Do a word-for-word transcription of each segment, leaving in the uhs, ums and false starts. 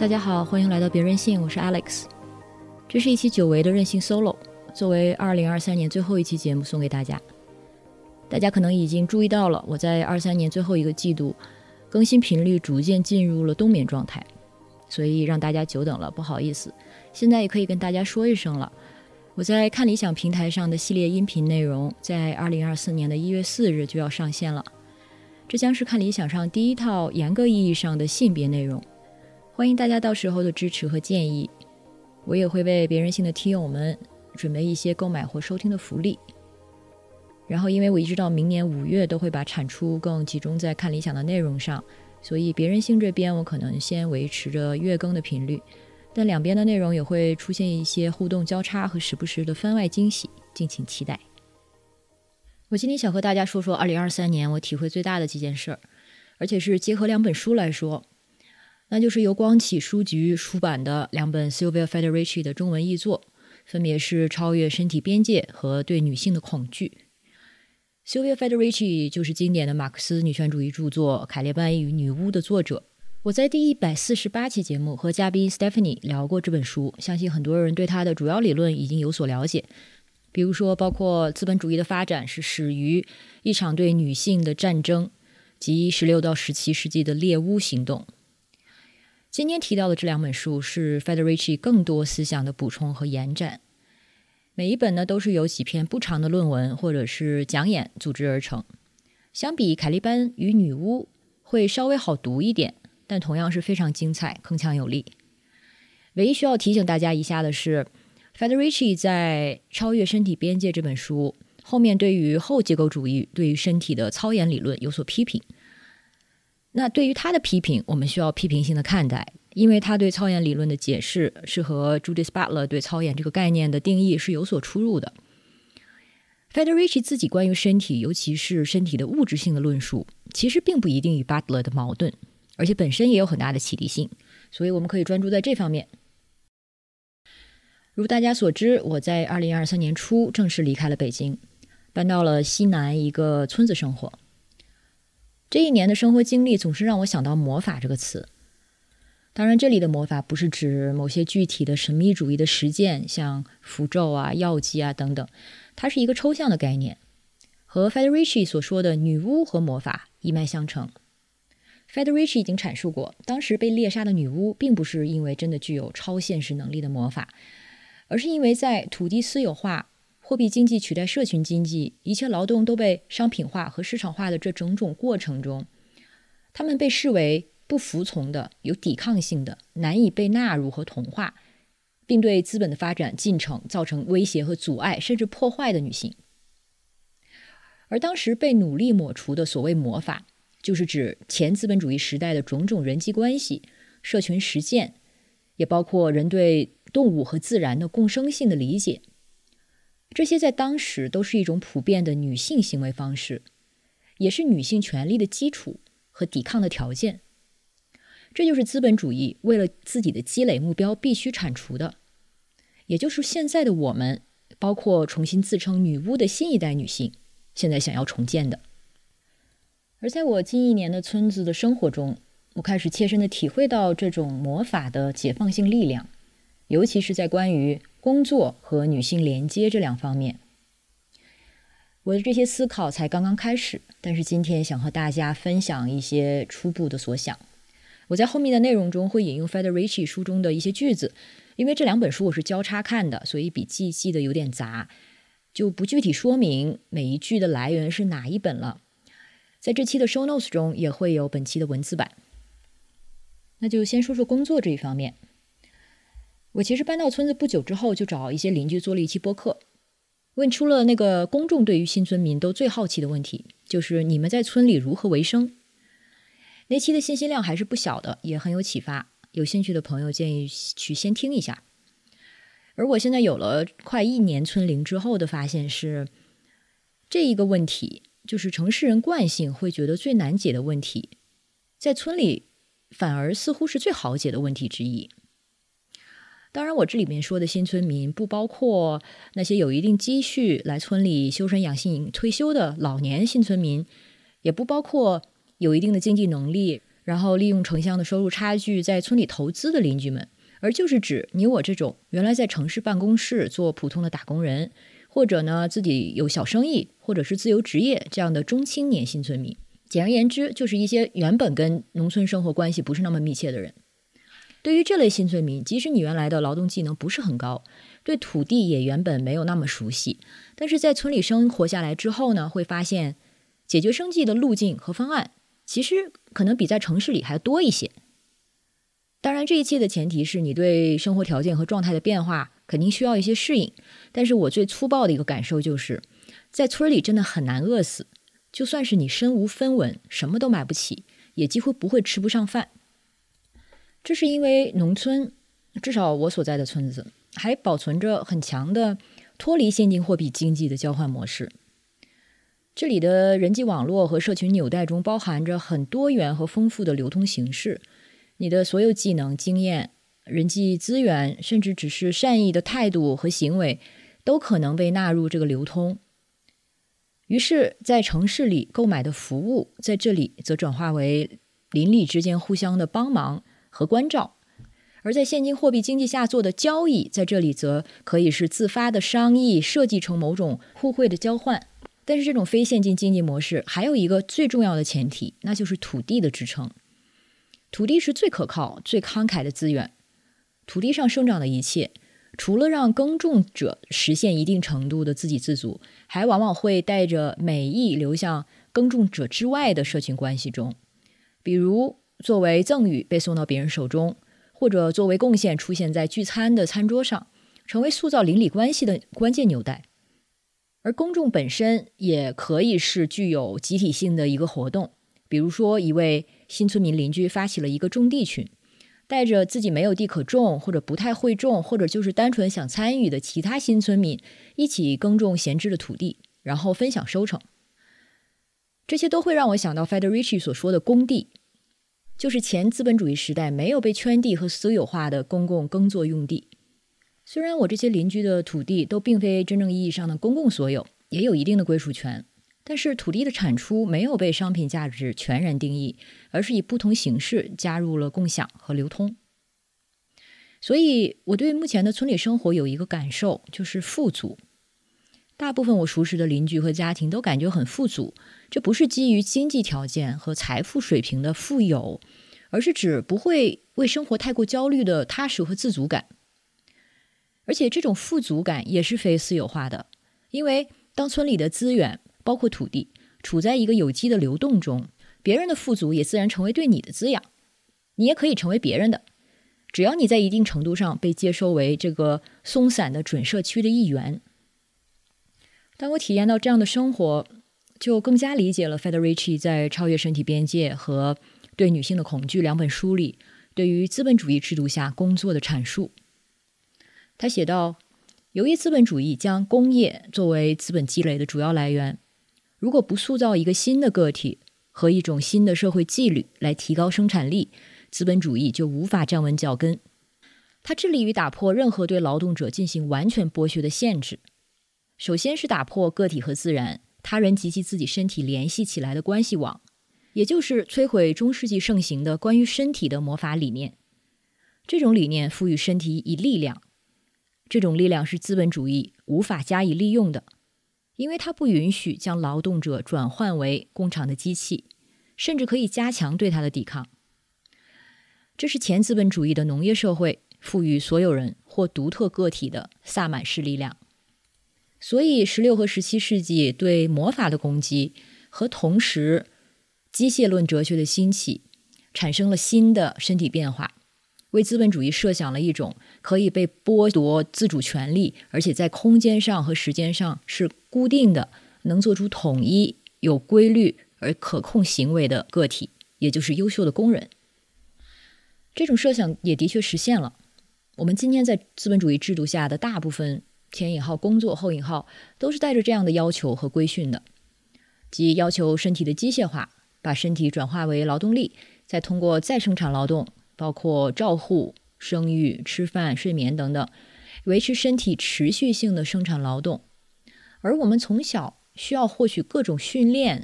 大家好，欢迎来到别任性，我是 Alex。 这是一期久违的任性 solo， 作为二零二三年最后一期节目送给大家。大家可能已经注意到了，我在二三年最后一个季度更新频率逐渐进入了冬眠状态，所以让大家久等了，不好意思。现在也可以跟大家说一声了，我在看理想平台上的系列音频内容在二零二四年的一月四日就要上线了，这将是看理想上第一套严格意义上的性别内容，欢迎大家到时候的支持和建议。我也会为别任性的听友们准备一些购买或收听的福利。然后因为我一直到明年五月都会把产出更集中在看理想的内容上，所以别任性这边我可能先维持着月更的频率，但两边的内容也会出现一些互动交叉和时不时的番外惊喜，敬请期待。我今天想和大家说说二零二三年我体会最大的几件事儿，而且是结合两本书来说，那就是由光启书局出版的两本 Silvia Federici 的中文译作，分别是《超越身体边界》和《对女性的恐惧》。Silvia Federici 就是经典的马克思女权主义著作《凯列班与女巫》的作者。我在第一百四十八期节目和嘉宾 Stephanie 聊过这本书，相信很多人对它的主要理论已经有所了解，比如说包括资本主义的发展是始于一场对女性的战争及十六到十七世纪的猎巫行动。今天提到的这两本书是 Federici 更多思想的补充和延展，每一本呢都是由几篇不长的论文或者是讲演组织而成。相比凯利班与女巫会稍微好读一点，但同样是非常精彩，铿锵有力。唯一需要提醒大家一下的是， Federici 在《超越身体边界》这本书后面对于后结构主义对于身体的操演理论有所批评。那对于他的批评我们需要批评性的看待，因为他对操演理论的解释是和 Judith Butler 对操演这个概念的定义是有所出入的。 Federici 自己关于身体，尤其是身体的物质性的论述，其实并不一定与 Butler 的矛盾，而且本身也有很大的启迪性，所以我们可以专注在这方面。如大家所知，我在二零二三年初正式离开了北京，搬到了西南一个村子生活。这一年的生活经历总是让我想到魔法这个词，当然这里的魔法不是指某些具体的神秘主义的实践，像符咒啊、药剂啊等等，它是一个抽象的概念，和 Federici 所说的女巫和魔法一脉相承。Federici 已经阐述过，当时被猎杀的女巫并不是因为真的具有超现实能力的魔法，而是因为在土地私有化、货币经济取代社群经济，一切劳动都被商品化和市场化的这种种过程中，他们被视为不服从的、有抵抗性的、难以被纳入和同化，并对资本的发展进程造成威胁和阻碍甚至破坏的女性。而当时被努力抹除的所谓魔法，就是指前资本主义时代的种种人际关系、社群实践，也包括人对动物和自然的共生性的理解。这些在当时都是一种普遍的女性行为方式，也是女性权利的基础和抵抗的条件。这就是资本主义为了自己的积累目标必须铲除的，也就是现在的我们，包括重新自称女巫的新一代女性，现在想要重建的。而在我近一年的村子的生活中，我开始切身的体会到这种魔法的解放性力量，尤其是在关于工作和女性连接这两方面。我的这些思考才刚刚开始，但是今天想和大家分享一些初步的所想。我在后面的内容中会引用 Federici 书中的一些句子，因为这两本书我是交叉看的，所以笔记记得有点杂，就不具体说明每一句的来源是哪一本了。在这期的 show notes 中也会有本期的文字版。那就先说说工作这一方面。我其实搬到村子不久之后，就找一些邻居做了一期播客，问出了那个公众对于新村民都最好奇的问题，就是你们在村里如何为生。那期的信息量还是不小的，也很有启发，有兴趣的朋友建议去先听一下。而我现在有了快一年村龄之后的发现是，这一个问题就是城市人惯性会觉得最难解的问题，在村里反而似乎是最好解的问题之一。当然我这里面说的新村民不包括那些有一定积蓄来村里修身养性退休的老年新村民，也不包括有一定的经济能力然后利用城乡的收入差距在村里投资的邻居们，而就是指你我这种原来在城市办公室做普通的打工人，或者呢自己有小生意或者是自由职业这样的中青年新村民。简而言之，就是一些原本跟农村生活关系不是那么密切的人。对于这类新村民，即使你原来的劳动技能不是很高，对土地也原本没有那么熟悉，但是在村里生活下来之后呢，会发现解决生计的路径和方案其实可能比在城市里还多一些。当然这一切的前提是你对生活条件和状态的变化肯定需要一些适应，但是我最粗暴的一个感受就是在村里真的很难饿死，就算是你身无分文，什么都买不起，也几乎不会吃不上饭。这是因为农村，至少我所在的村子还保存着很强的脱离现金货币经济的交换模式。这里的人际网络和社群纽带中包含着很多元和丰富的流通形式，你的所有技能、经验、人际资源，甚至只是善意的态度和行为，都可能被纳入这个流通。于是在城市里购买的服务，在这里则转化为邻里之间互相的帮忙和关照，而在现金货币经济下做的交易，在这里则可以是自发的商议，设计成某种互惠的交换。但是这种非现金经济模式还有一个最重要的前提，那就是土地的支撑。土地是最可靠、最慷慨的资源，土地上生长的一切，除了让耕种者实现一定程度的自给自足，还往往会带着美意流向耕种者之外的社群关系中，比如作为赠与被送到别人手中，或者作为贡献出现在聚餐的餐桌上，成为塑造邻里关系的关键纽带。而公众本身也可以是具有集体性的一个活动，比如说一位新村民邻居发起了一个种地群，带着自己没有地可种，或者不太会种，或者就是单纯想参与的其他新村民一起耕种闲置的土地，然后分享收成。这些都会让我想到 Federici 所说的公地，就是前资本主义时代没有被圈地和私有化的公共耕作用地。虽然我这些邻居的土地都并非真正意义上的公共所有，也有一定的归属权，但是土地的产出没有被商品价值全然定义，而是以不同形式加入了共享和流通。所以我对目前的村里生活有一个感受，就是富足。大部分我熟识的邻居和家庭都感觉很富足，这不是基于经济条件和财富水平的富有，而是指不会为生活太过焦虑的踏实和自足感。而且这种富足感也是非私有化的，因为当村里的资源包括土地处在一个有机的流动中，别人的富足也自然成为对你的滋养，你也可以成为别人的，只要你在一定程度上被接收为这个松散的准社区的一员。当我体验到这样的生活，就更加理解了 Federici 在《超越身体边界》和《对女性的恐惧》两本书里对于资本主义制度下工作的阐述。他写道，由于资本主义将工业作为资本积累的主要来源，如果不塑造一个新的个体和一种新的社会纪律来提高生产力，资本主义就无法站稳脚跟。他致力于打破任何对劳动者进行完全剥削的限制，首先是打破个体和自然、他人及其自己身体联系起来的关系网，也就是摧毁中世纪盛行的关于身体的魔法理念。这种理念赋予身体以力量，这种力量是资本主义无法加以利用的，因为它不允许将劳动者转换为工厂的机器，甚至可以加强对它的抵抗。这是前资本主义的农业社会赋予所有人或独特个体的萨满式力量。所以十六和十七世纪对魔法的攻击和同时机械论哲学的兴起，产生了新的身体变化，为资本主义设想了一种可以被剥夺自主权利，而且在空间上和时间上是固定的，能做出统一、有规律而可控行为的个体，也就是优秀的工人。这种设想也的确实现了。我们今天在资本主义制度下的大部分前引号工作后引号都是带着这样的要求和规训的，即要求身体的机械化，把身体转化为劳动力，再通过再生产劳动，包括照护、生育、吃饭、睡眠等等，维持身体持续性的生产劳动。而我们从小需要获取各种训练、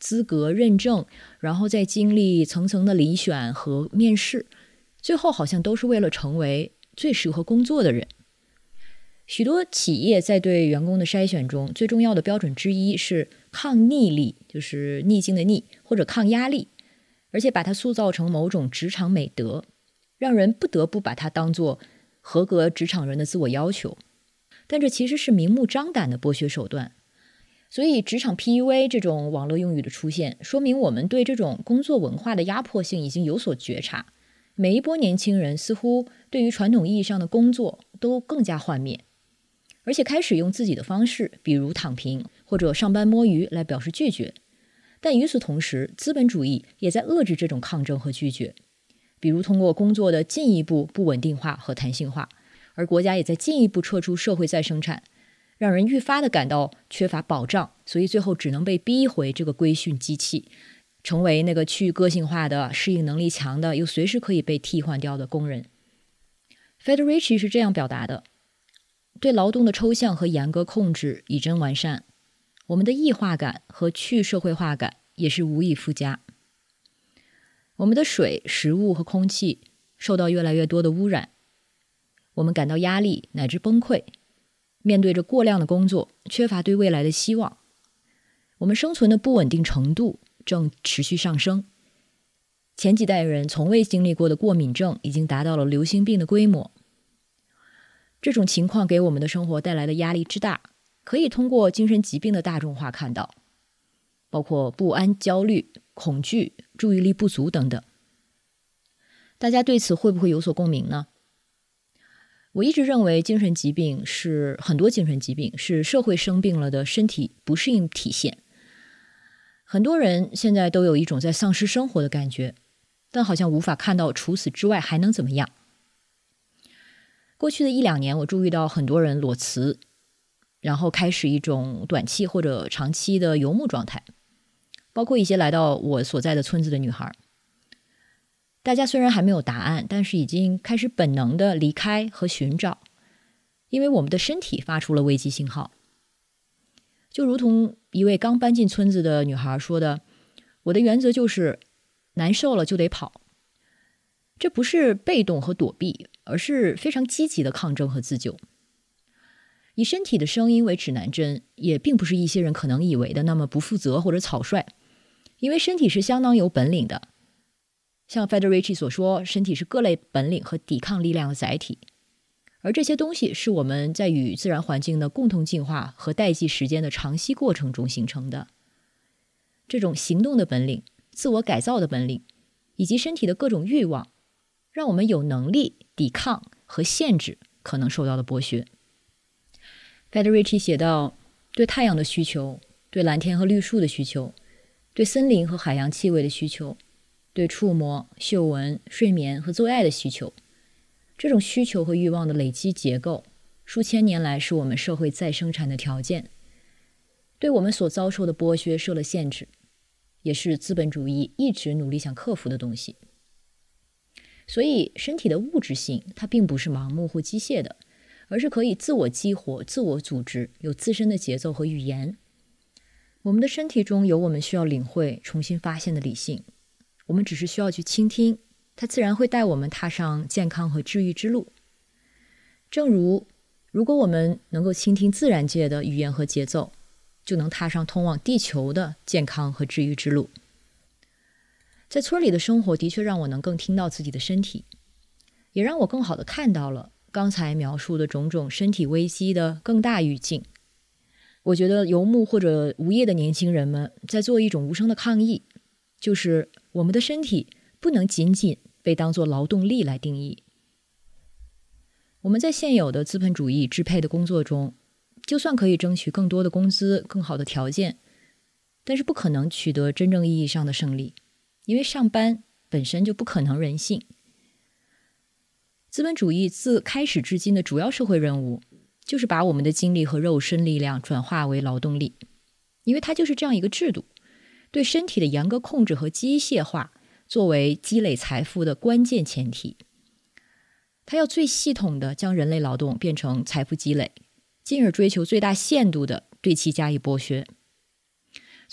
资格认证，然后再经历层层的遴选和面试，最后好像都是为了成为最适合工作的人。许多企业在对员工的筛选中，最重要的标准之一是抗逆力，就是逆境的逆，或者抗压力，而且把它塑造成某种职场美德，让人不得不把它当作合格职场人的自我要求。但这其实是明目张胆的剥削手段。所以职场 P U A 这种网络用语的出现，说明我们对这种工作文化的压迫性已经有所觉察。每一波年轻人似乎对于传统意义上的工作都更加幻灭，而且开始用自己的方式，比如躺平或者上班摸鱼来表示拒绝。但与此同时，资本主义也在遏制这种抗争和拒绝，比如通过工作的进一步不稳定化和弹性化，而国家也在进一步撤出社会再生产，让人愈发的感到缺乏保障，所以最后只能被逼回这个规训机器，成为那个去个性化的、适应能力强的，又随时可以被替换掉的工人。Federici 是这样表达的：对劳动的抽象和严格控制以臻完善，我们的异化感和去社会化感也是无以复加。我们的水、食物和空气受到越来越多的污染，我们感到压力乃至崩溃，面对着过量的工作，缺乏对未来的希望。我们生存的不稳定程度正持续上升，前几代人从未经历过的过敏症已经达到了流行病的规模。这种情况给我们的生活带来的压力之大，可以通过精神疾病的大众化看到，包括不安、焦虑、恐惧、注意力不足等等。大家对此会不会有所共鸣呢？我一直认为精神疾病是很多精神疾病是社会生病了的身体不适应体现。很多人现在都有一种在丧失生活的感觉，但好像无法看到除此之外还能怎么样。过去的一两年，我注意到很多人裸辞，然后开始一种短期或者长期的游牧状态，包括一些来到我所在的村子的女孩。大家虽然还没有答案，但是已经开始本能的离开和寻找，因为我们的身体发出了危机信号。就如同一位刚搬进村子的女孩说的，我的原则就是难受了就得跑。这不是被动和躲避，而是非常积极的抗争和自救。以身体的声音为指南针，也并不是一些人可能以为的那么不负责或者草率，因为身体是相当有本领的。像 Federici 所说，身体是各类本领和抵抗力量的载体，而这些东西是我们在与自然环境的共同进化和代际时间的长期过程中形成的。这种行动的本领、自我改造的本领，以及身体的各种欲望，让我们有能力抵抗和限制可能受到的剥削。Federici 写道，对太阳的需求，对蓝天和绿树的需求，对森林和海洋气味的需求，对触摸、嗅闻、睡眠和做爱的需求，这种需求和欲望的累积结构，数千年来是我们社会再生产的条件，对我们所遭受的剥削设了限制，也是资本主义一直努力想克服的东西。所以身体的物质性它并不是盲目或机械的，而是可以自我激活、自我组织，有自身的节奏和语言。我们的身体中有我们需要领会、重新发现的理性，我们只是需要去倾听，它自然会带我们踏上健康和治愈之路。正如如果我们能够倾听自然界的语言和节奏，就能踏上通往地球的健康和治愈之路。在村里的生活的确让我能更听到自己的身体，也让我更好地看到了刚才描述的种种身体危机的更大语境。我觉得游牧或者无业的年轻人们在做一种无声的抗议，就是我们的身体不能仅仅被当作劳动力来定义。我们在现有的资本主义支配的工作中，就算可以争取更多的工资、更好的条件，但是不可能取得真正意义上的胜利，因为上班本身就不可能人性。资本主义自开始至今的主要社会任务，就是把我们的精力和肉身力量转化为劳动力，因为它就是这样一个制度，对身体的严格控制和机械化作为积累财富的关键前提。它要最系统地将人类劳动变成财富积累，进而追求最大限度地对其加以剥削。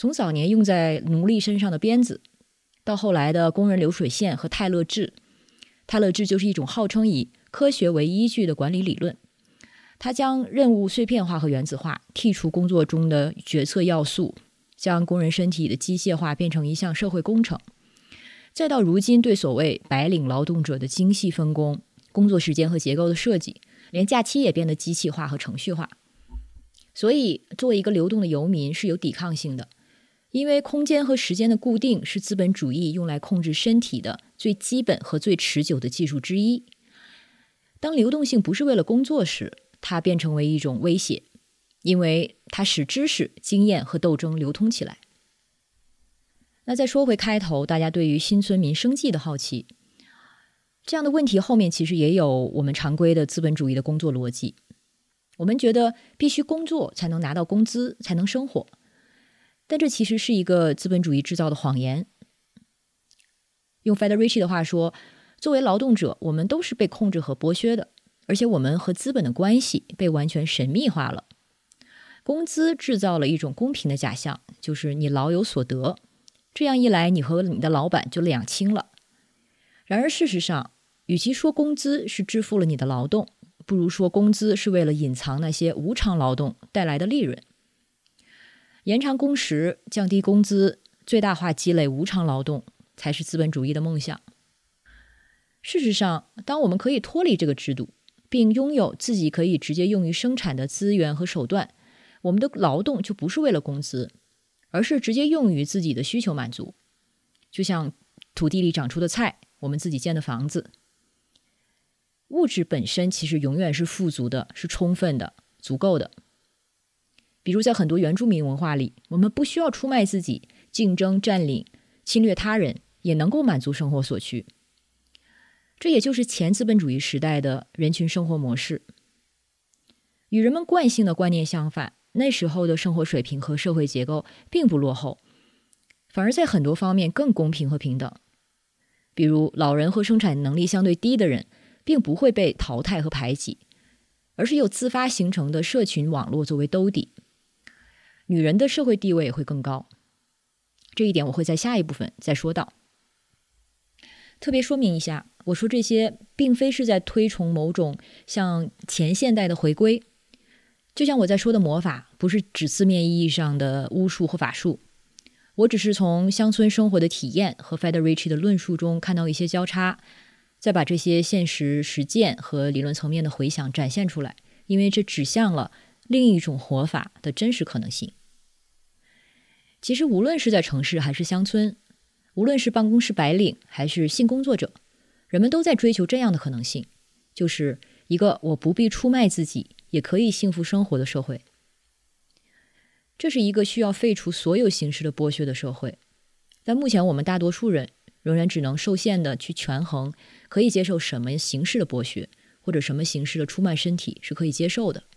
从早年用在奴隶身上的鞭子，到后来的工人流水线和泰勒制。泰勒制就是一种号称以科学为依据的管理理论，它将任务碎片化和原子化，剔除工作中的决策要素，将工人身体的机械化变成一项社会工程，再到如今对所谓白领劳动者的精细分工、工作时间和结构的设计，连假期也变得机器化和程序化。所以作为一个流动的游民是有抵抗性的，因为空间和时间的固定是资本主义用来控制身体的最基本和最持久的技术之一。当流动性不是为了工作时，它便成为一种威胁，因为它使知识、经验和斗争流通起来。那再说回开头大家对于新村民生计的好奇，这样的问题后面其实也有我们常规的资本主义的工作逻辑。我们觉得必须工作才能拿到工资，才能生活，但这其实是一个资本主义制造的谎言。用 Federici 的话说，作为劳动者，我们都是被控制和剥削的，而且我们和资本的关系被完全神秘化了。工资制造了一种公平的假象，就是你劳有所得，这样一来你和你的老板就两清了。然而事实上，与其说工资是支付了你的劳动，不如说工资是为了隐藏那些无偿劳动带来的利润。延长工时、降低工资、最大化积累无偿劳动，才是资本主义的梦想。事实上，当我们可以脱离这个制度，并拥有自己可以直接用于生产的资源和手段，我们的劳动就不是为了工资，而是直接用于自己的需求满足。就像土地里长出的菜，我们自己建的房子。物质本身其实永远是富足的，是充分的，足够的。比如在很多原住民文化里，我们不需要出卖自己，竞争、占领、侵略他人，也能够满足生活所需。这也就是前资本主义时代的人群生活模式。与人们惯性的观念相反，那时候的生活水平和社会结构并不落后，反而在很多方面更公平和平等。比如老人和生产能力相对低的人并不会被淘汰和排挤，而是由自发形成的社群网络作为兜底。女人的社会地位也会更高，这一点我会在下一部分再说到。特别说明一下，我说这些并非是在推崇某种像前现代的回归，就像我在说的魔法不是指字面意义上的巫术或法术，我只是从乡村生活的体验和 Federici 的论述中看到一些交叉，再把这些现实实践和理论层面的回响展现出来，因为这指向了另一种活法的真实可能性。其实无论是在城市还是乡村，无论是办公室白领还是性工作者，人们都在追求这样的可能性，就是一个我不必出卖自己也可以幸福生活的社会。这是一个需要废除所有形式的剥削的社会，但目前我们大多数人仍然只能受限的去权衡可以接受什么形式的剥削，或者什么形式的出卖身体是可以接受的。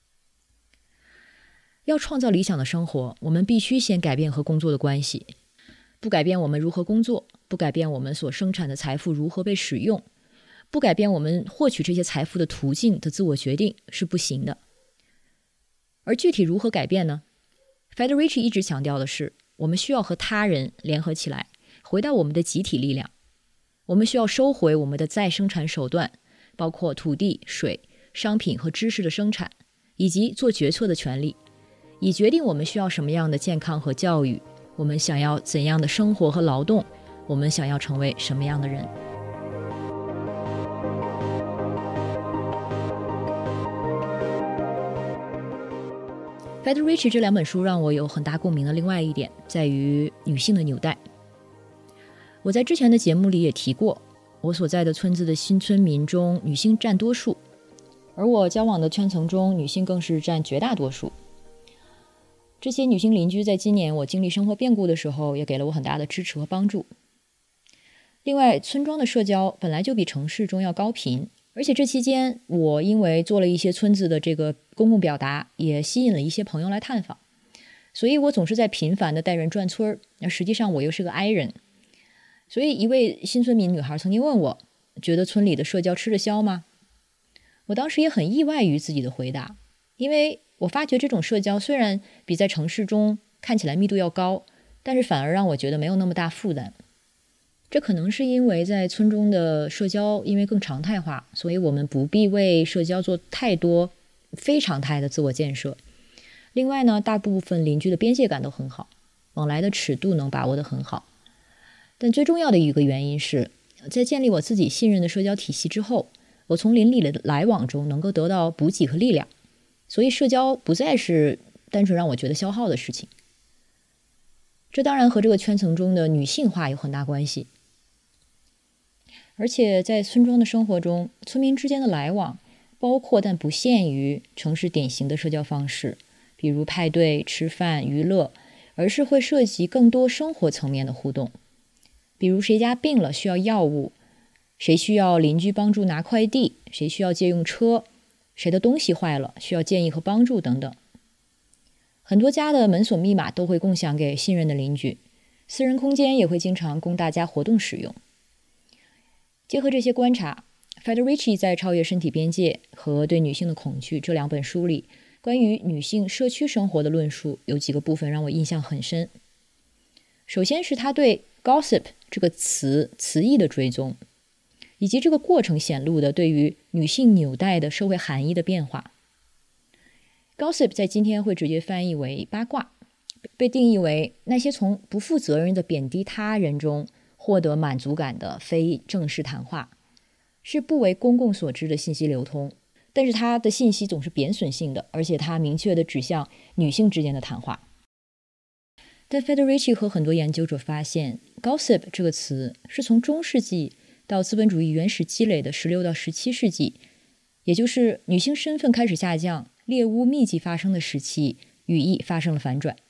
要创造理想的生活，我们必须先改变和工作的关系。不改变我们如何工作，不改变我们所生产的财富如何被使用，不改变我们获取这些财富的途径的自我决定是不行的。而具体如何改变呢？ Federici 一直强调的是，我们需要和他人联合起来，回到我们的集体力量。我们需要收回我们的再生产手段，包括土地、水、商品和知识的生产，以及做决策的权利，以决定我们需要什么样的健康和教育，我们想要怎样的生活和劳动，我们想要成为什么样的人。Federici 这两本书让我有很大共鸣的另外一点，在于女性的纽带。我在之前的节目里也提过，我所在的村子的新村民中女性占多数，而我交往的圈层中女性更是占绝大多数。这些女性邻居在今年我经历生活变故的时候也给了我很大的支持和帮助。另外，村庄的社交本来就比城市中要高频，而且这期间我因为做了一些村子的这个公共表达，也吸引了一些朋友来探访，所以我总是在频繁的带人转村，而实际上我又是个 I 人。所以一位新村民女孩曾经问我，觉得村里的社交吃得消吗？我当时也很意外于自己的回答，因为我发觉这种社交虽然比在城市中看起来密度要高，但是反而让我觉得没有那么大负担。这可能是因为在村中的社交因为更常态化，所以我们不必为社交做太多非常态的自我建设。另外呢，大部分邻居的边界感都很好，往来的尺度能把握得很好。但最重要的一个原因是，在建立我自己信任的社交体系之后，我从邻里的来往中能够得到补给和力量，所以社交不再是单纯让我觉得消耗的事情。这当然和这个圈层中的女性化有很大关系。而且在村庄的生活中，村民之间的来往包括但不限于城市典型的社交方式，比如派对、吃饭、娱乐，而是会涉及更多生活层面的互动。比如谁家病了需要药物，谁需要邻居帮助拿快递，谁需要借用车，谁的东西坏了需要建议和帮助等等。很多家的门锁密码都会共享给信任的邻居，私人空间也会经常供大家活动使用。结合这些观察， Federici 在《超越身体边界》和《对女性的恐惧》这两本书里，关于女性社区生活的论述有几个部分让我印象很深。首先是他对 gossip 这个词词义的追踪，以及这个过程显露的对于女性纽带的社会含义的变化。Gossip 在今天会直接翻译为八卦，被定义为那些从不负责任的贬低他人中获得满足感的非正式谈话，是不为公共所知的信息流通，但是它的信息总是贬损性的，而且它明确地指向女性之间的谈话。但 Federici 和很多研究者发现， gossip 这个词是从中世纪到资本主义原始积累的十六到十七世纪，也就是女性身份开始下降、猎巫密集发生的时期，语义发生了反转。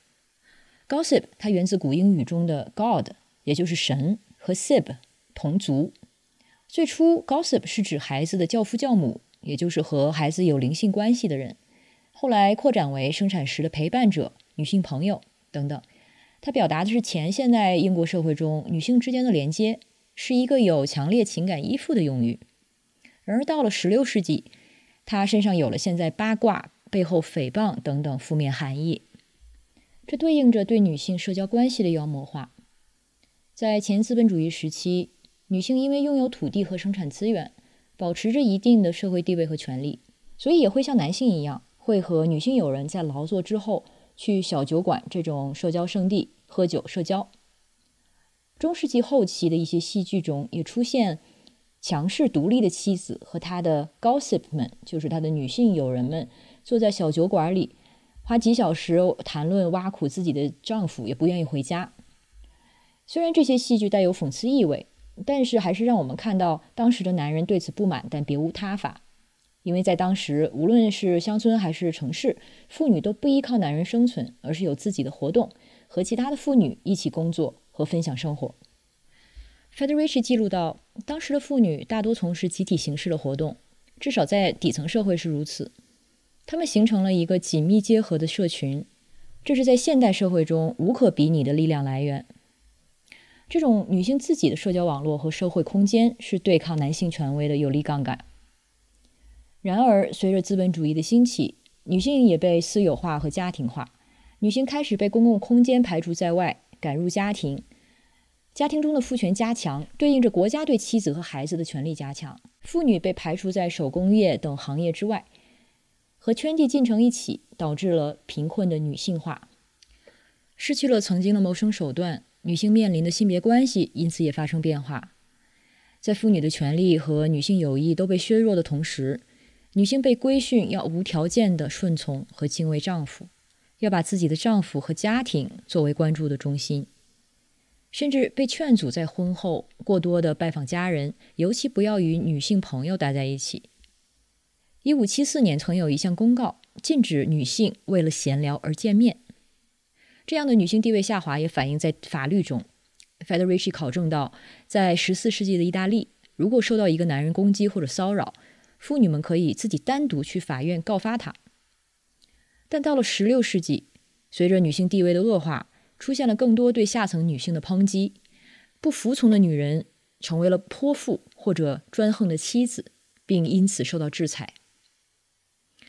Gossip 它源自古英语中的 God， 也就是神，和 sib 同族。最初 gossip 是指孩子的教父教母，也就是和孩子有灵性关系的人，后来扩展为生产时的陪伴者、女性朋友等等。它表达的是前现代英国社会中女性之间的连接，是一个有强烈情感依附的用语。然而到了十六世纪，它身上有了现在八卦、背后诽谤等等负面含义，这对应着对女性社交关系的妖魔化。在前资本主义时期，女性因为拥有土地和生产资源，保持着一定的社会地位和权利，所以也会像男性一样，会和女性友人在劳作之后去小酒馆这种社交圣地喝酒社交。中世纪后期的一些戏剧中也出现强势独立的妻子和她的 gossip 们，就是她的女性友人们，坐在小酒馆里花几小时谈论挖苦自己的丈夫，也不愿意回家。虽然这些戏剧带有讽刺意味，但是还是让我们看到当时的男人对此不满，但别无他法。因为在当时，无论是乡村还是城市，妇女都不依靠男人生存，而是有自己的活动，和其他的妇女一起工作和分享生活。Federici 记录到，当时的妇女大多从事集体形式的活动，至少在底层社会是如此。她们形成了一个紧密结合的社群，这是在现代社会中无可比拟的力量来源。这种女性自己的社交网络和社会空间是对抗男性权威的有力杠杆。然而，随着资本主义的兴起，女性也被私有化和家庭化，女性开始被公共空间排除在外，赶入家庭。家庭中的父权加强，对应着国家对妻子和孩子的权力加强。妇女被排除在手工业等行业之外，和圈地进程一起，导致了贫困的女性化。失去了曾经的谋生手段，女性面临的性别关系因此也发生变化。在妇女的权利和女性友谊都被削弱的同时，女性被规训要无条件的顺从和敬畏丈夫，要把自己的丈夫和家庭作为关注的中心，甚至被劝阻在婚后过多的拜访家人，尤其不要与女性朋友待在一起。一五七四年曾有一项公告，禁止女性为了闲聊而见面。这样的女性地位下滑也反映在法律中。Federici 考证到，在十四世纪的意大利，如果受到一个男人攻击或者骚扰，妇女们可以自己单独去法院告发他。但到了十六世纪，随着女性地位的恶化，出现了更多对下层女性的抨击，不服从的女人成为了泼妇或者专横的妻子，并因此受到制裁。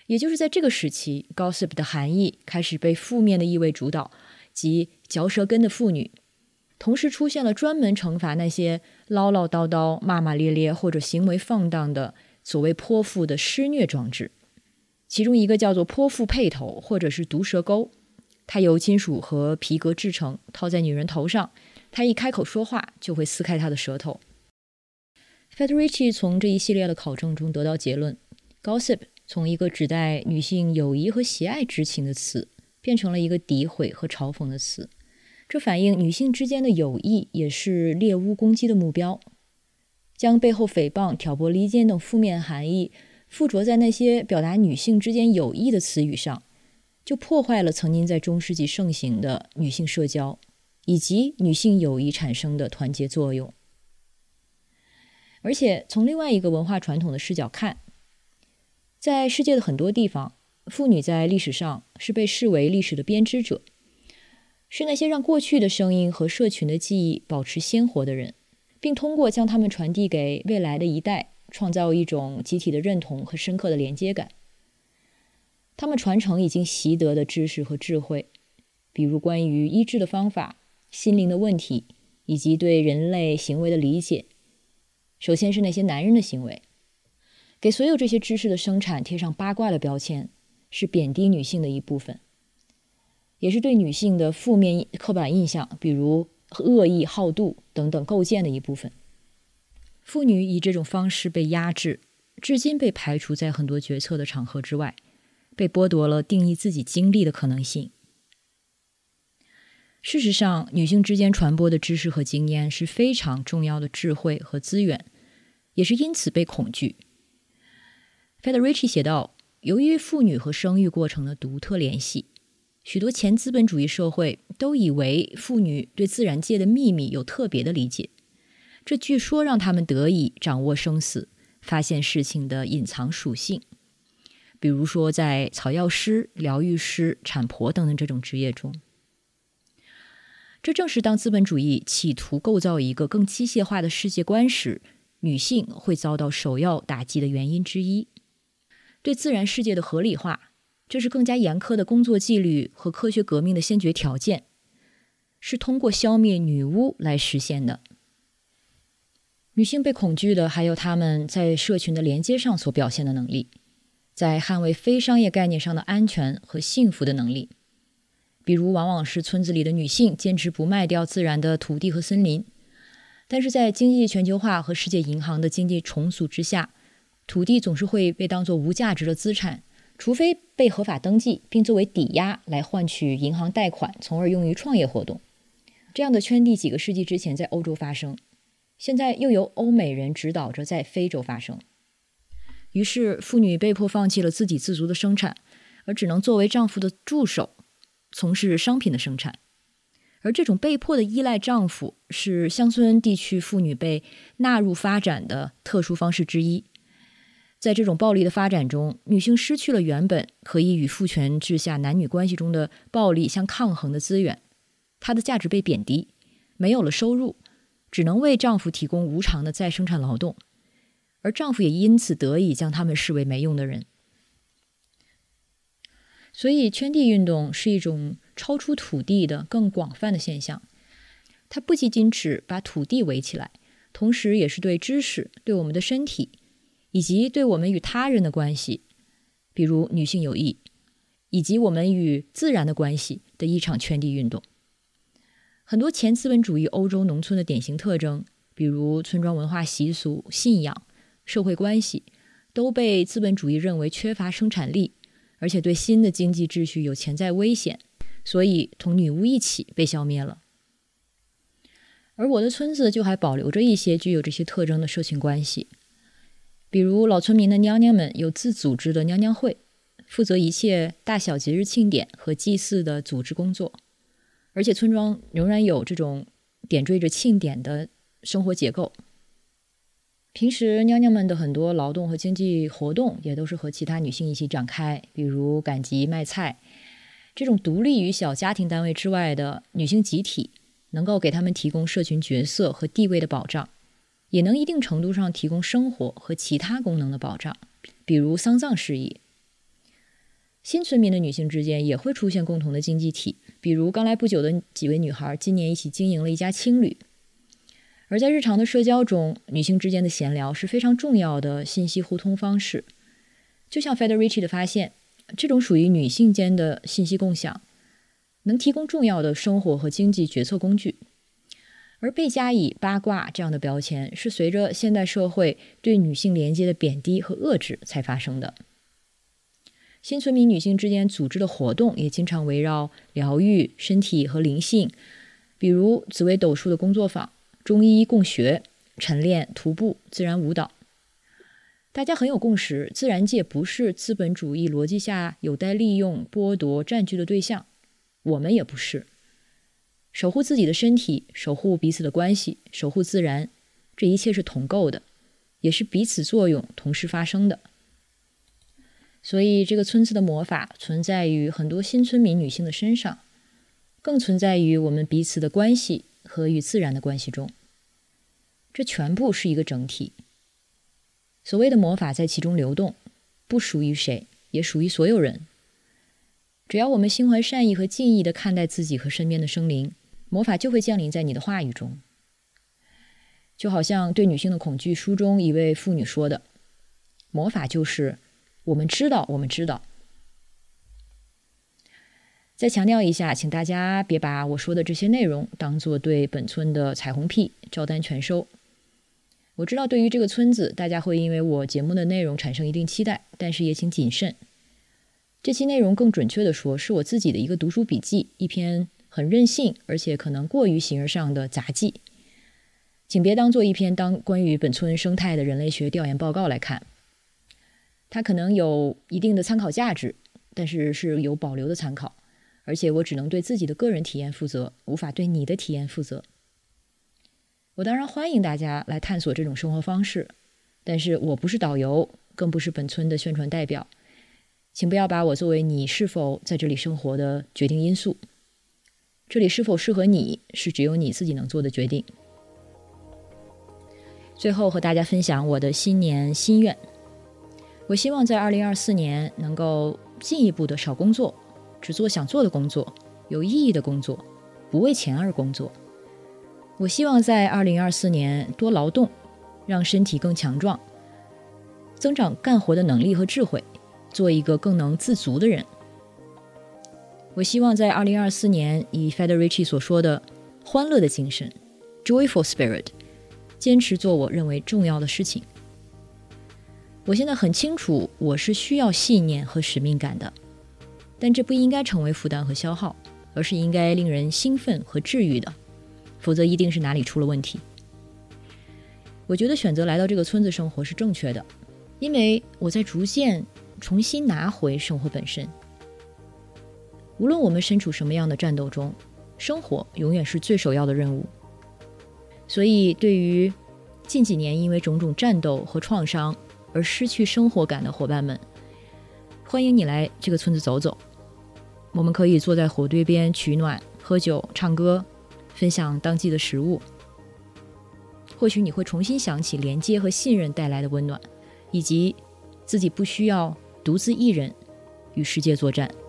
也就是在这个时期 gossip 的含义开始被负面的意味主导，即嚼舌根的妇女，同时出现了专门惩罚那些唠唠叨叨、骂骂咧咧或者行为放荡的所谓泼妇的施虐装置。其中一个叫做泼妇配头或者是毒舌钩，它由金属和皮革制成，套在女人头上，她一开口说话就会撕开她的舌头。Federici 从这一系列的考证中得到结论， gossip 从一个指代女性友谊和喜爱之情的词，变成了一个诋毁和嘲讽的词。这反映女性之间的友谊也是猎巫攻击的目标。将背后诽谤、挑拨离间等负面含义附着在那些表达女性之间友谊的词语上，就破坏了曾经在中世纪盛行的女性社交以及女性友谊产生的团结作用。而且从另外一个文化传统的视角看，在世界的很多地方，妇女在历史上是被视为历史的编织者，是那些让过去的声音和社群的记忆保持鲜活的人，并通过将它们传递给未来的一代，创造一种集体的认同和深刻的连接感。他们传承已经习得的知识和智慧，比如关于医治的方法、心灵的问题，以及对人类行为的理解。首先是那些男人的行为，给所有这些知识的生产贴上八卦的标签，是贬低女性的一部分，也是对女性的负面刻板印象，比如恶意、好妒等等构建的一部分。妇女以这种方式被压制，至今被排除在很多决策的场合之外，被剥夺了定义自己经历的可能性。事实上，女性之间传播的知识和经验是非常重要的智慧和资源，也是因此被恐惧。Federici 写道，由于妇女和生育过程的独特联系，许多前资本主义社会都以为妇女对自然界的秘密有特别的理解，这据说让他们得以掌握生死，发现事情的隐藏属性。比如说在草药师、疗愈师、产婆等等这种职业中。这正是当资本主义企图构造一个更机械化的世界观时，女性会遭到首要打击的原因之一。对自然世界的合理化，这是更加严苛的工作纪律和科学革命的先决条件，是通过消灭女巫来实现的。女性被恐惧的还有她们在社群的连接上所表现的能力，在捍卫非商业概念上的安全和幸福的能力。比如往往是村子里的女性坚持不卖掉自然的土地和森林，但是在经济全球化和世界银行的经济重组之下，土地总是会被当作无价值的资产，除非被合法登记并作为抵押来换取银行贷款，从而用于创业活动。这样的圈地几个世纪之前在欧洲发生，现在又由欧美人指导着在非洲发生。于是妇女被迫放弃了自给自足的生产，而只能作为丈夫的助手从事商品的生产。而这种被迫的依赖丈夫是乡村地区妇女被纳入发展的特殊方式之一。在这种暴力的发展中，女性失去了原本可以与父权制下男女关系中的暴力相抗衡的资源，她的价值被贬低，没有了收入，只能为丈夫提供无偿的再生产劳动，而丈夫也因此得以将他们视为没用的人。所以圈地运动是一种超出土地的更广泛的现象，它不仅仅只把土地围起来，同时也是对知识、对我们的身体以及对我们与他人的关系，比如女性友谊，以及我们与自然的关系的一场圈地运动。很多前资本主义欧洲农村的典型特征，比如村庄文化习俗、信仰、社会关系，都被资本主义认为缺乏生产力，而且对新的经济秩序有潜在危险，所以同女巫一起被消灭了。而我的村子就还保留着一些具有这些特征的社群关系，比如老村民的娘娘们有自组织的娘娘会，负责一切大小节日庆典和祭祀的组织工作，而且村庄仍然有这种点缀着庆典的生活结构。平时娘娘们的很多劳动和经济活动也都是和其他女性一起展开，比如赶集卖菜。这种独立于小家庭单位之外的女性集体，能够给她们提供社群角色和地位的保障，也能一定程度上提供生活和其他功能的保障，比如丧葬事宜。 新村民的女性之间也会出现共同的经济体，比如刚来不久的几位女孩今年一起经营了一家青旅。而在日常的社交中，女性之间的闲聊是非常重要的信息互通方式。就像 Federici 的发现，这种属于女性间的信息共享能提供重要的生活和经济决策工具。而被加以八卦这样的标签是随着现代社会对女性连接的贬低和遏制才发生的。新村民女性之间组织的活动也经常围绕疗愈、身体和灵性，比如紫微斗数的工作坊、中医共学、晨练、徒步、自然舞蹈。大家很有共识，自然界不是资本主义逻辑下有待利用、剥夺、占据的对象，我们也不是。守护自己的身体，守护彼此的关系，守护自然，这一切是同构的，也是彼此作用同时发生的。所以这个村子的魔法存在于很多新村民女性的身上，更存在于我们彼此的关系和与自然的关系中。这全部是一个整体。所谓的魔法在其中流动，不属于谁，也属于所有人。只要我们心怀善意和敬意地看待自己和身边的生灵，魔法就会降临在你的话语中。就好像对女性的恐惧书中一位妇女说的，魔法就是我们知道我们知道。再强调一下，请大家别把我说的这些内容当作对本村的彩虹屁照单全收。我知道对于这个村子，大家会因为我节目的内容产生一定期待，但是也请谨慎。这期内容更准确地说，是我自己的一个读书笔记，一篇很任性而且可能过于形而上的杂记，请别当做一篇当关于本村生态的人类学调研报告来看。它可能有一定的参考价值，但是是有保留的参考，而且我只能对自己的个人体验负责，无法对你的体验负责。我当然欢迎大家来探索这种生活方式，但是我不是导游，更不是本村的宣传代表，请不要把我作为你是否在这里生活的决定因素。这里是否适合你，是只有你自己能做的决定。最后和大家分享我的新年心愿，我希望在二零二四年能够进一步的少工作，只做想做的工作，有意义的工作，不为钱而工作。我希望在二零二四年多劳动，让身体更强壮，增长干活的能力和智慧，做一个更能自足的人。我希望在二零二四年以 Federici 所说的欢乐的精神 Joyful Spirit 坚持做我认为重要的事情。我现在很清楚我是需要信念和使命感的，但这不应该成为负担和消耗，而是应该令人兴奋和治愈的，否则一定是哪里出了问题。我觉得选择来到这个村子生活是正确的，因为我在逐渐重新拿回生活本身。无论我们身处什么样的战斗中，生活永远是最首要的任务。所以对于近几年因为种种战斗和创伤而失去生活感的伙伴们，欢迎你来这个村子走走。我们可以坐在火堆边取暖、喝酒、唱歌，分享当季的食物。或许你会重新想起连接和信任带来的温暖，以及自己不需要独自一人与世界作战。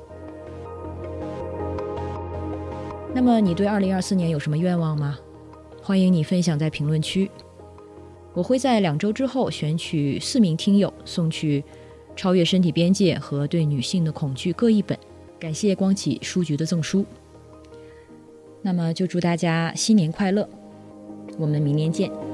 那么你对二零二四年有什么愿望吗？欢迎你分享在评论区。我会在两周之后选取四名听友，送去《超越身体边界》和《对女性的恐惧》各一本，感谢光启书局的赠书。那么就祝大家新年快乐，我们明年见。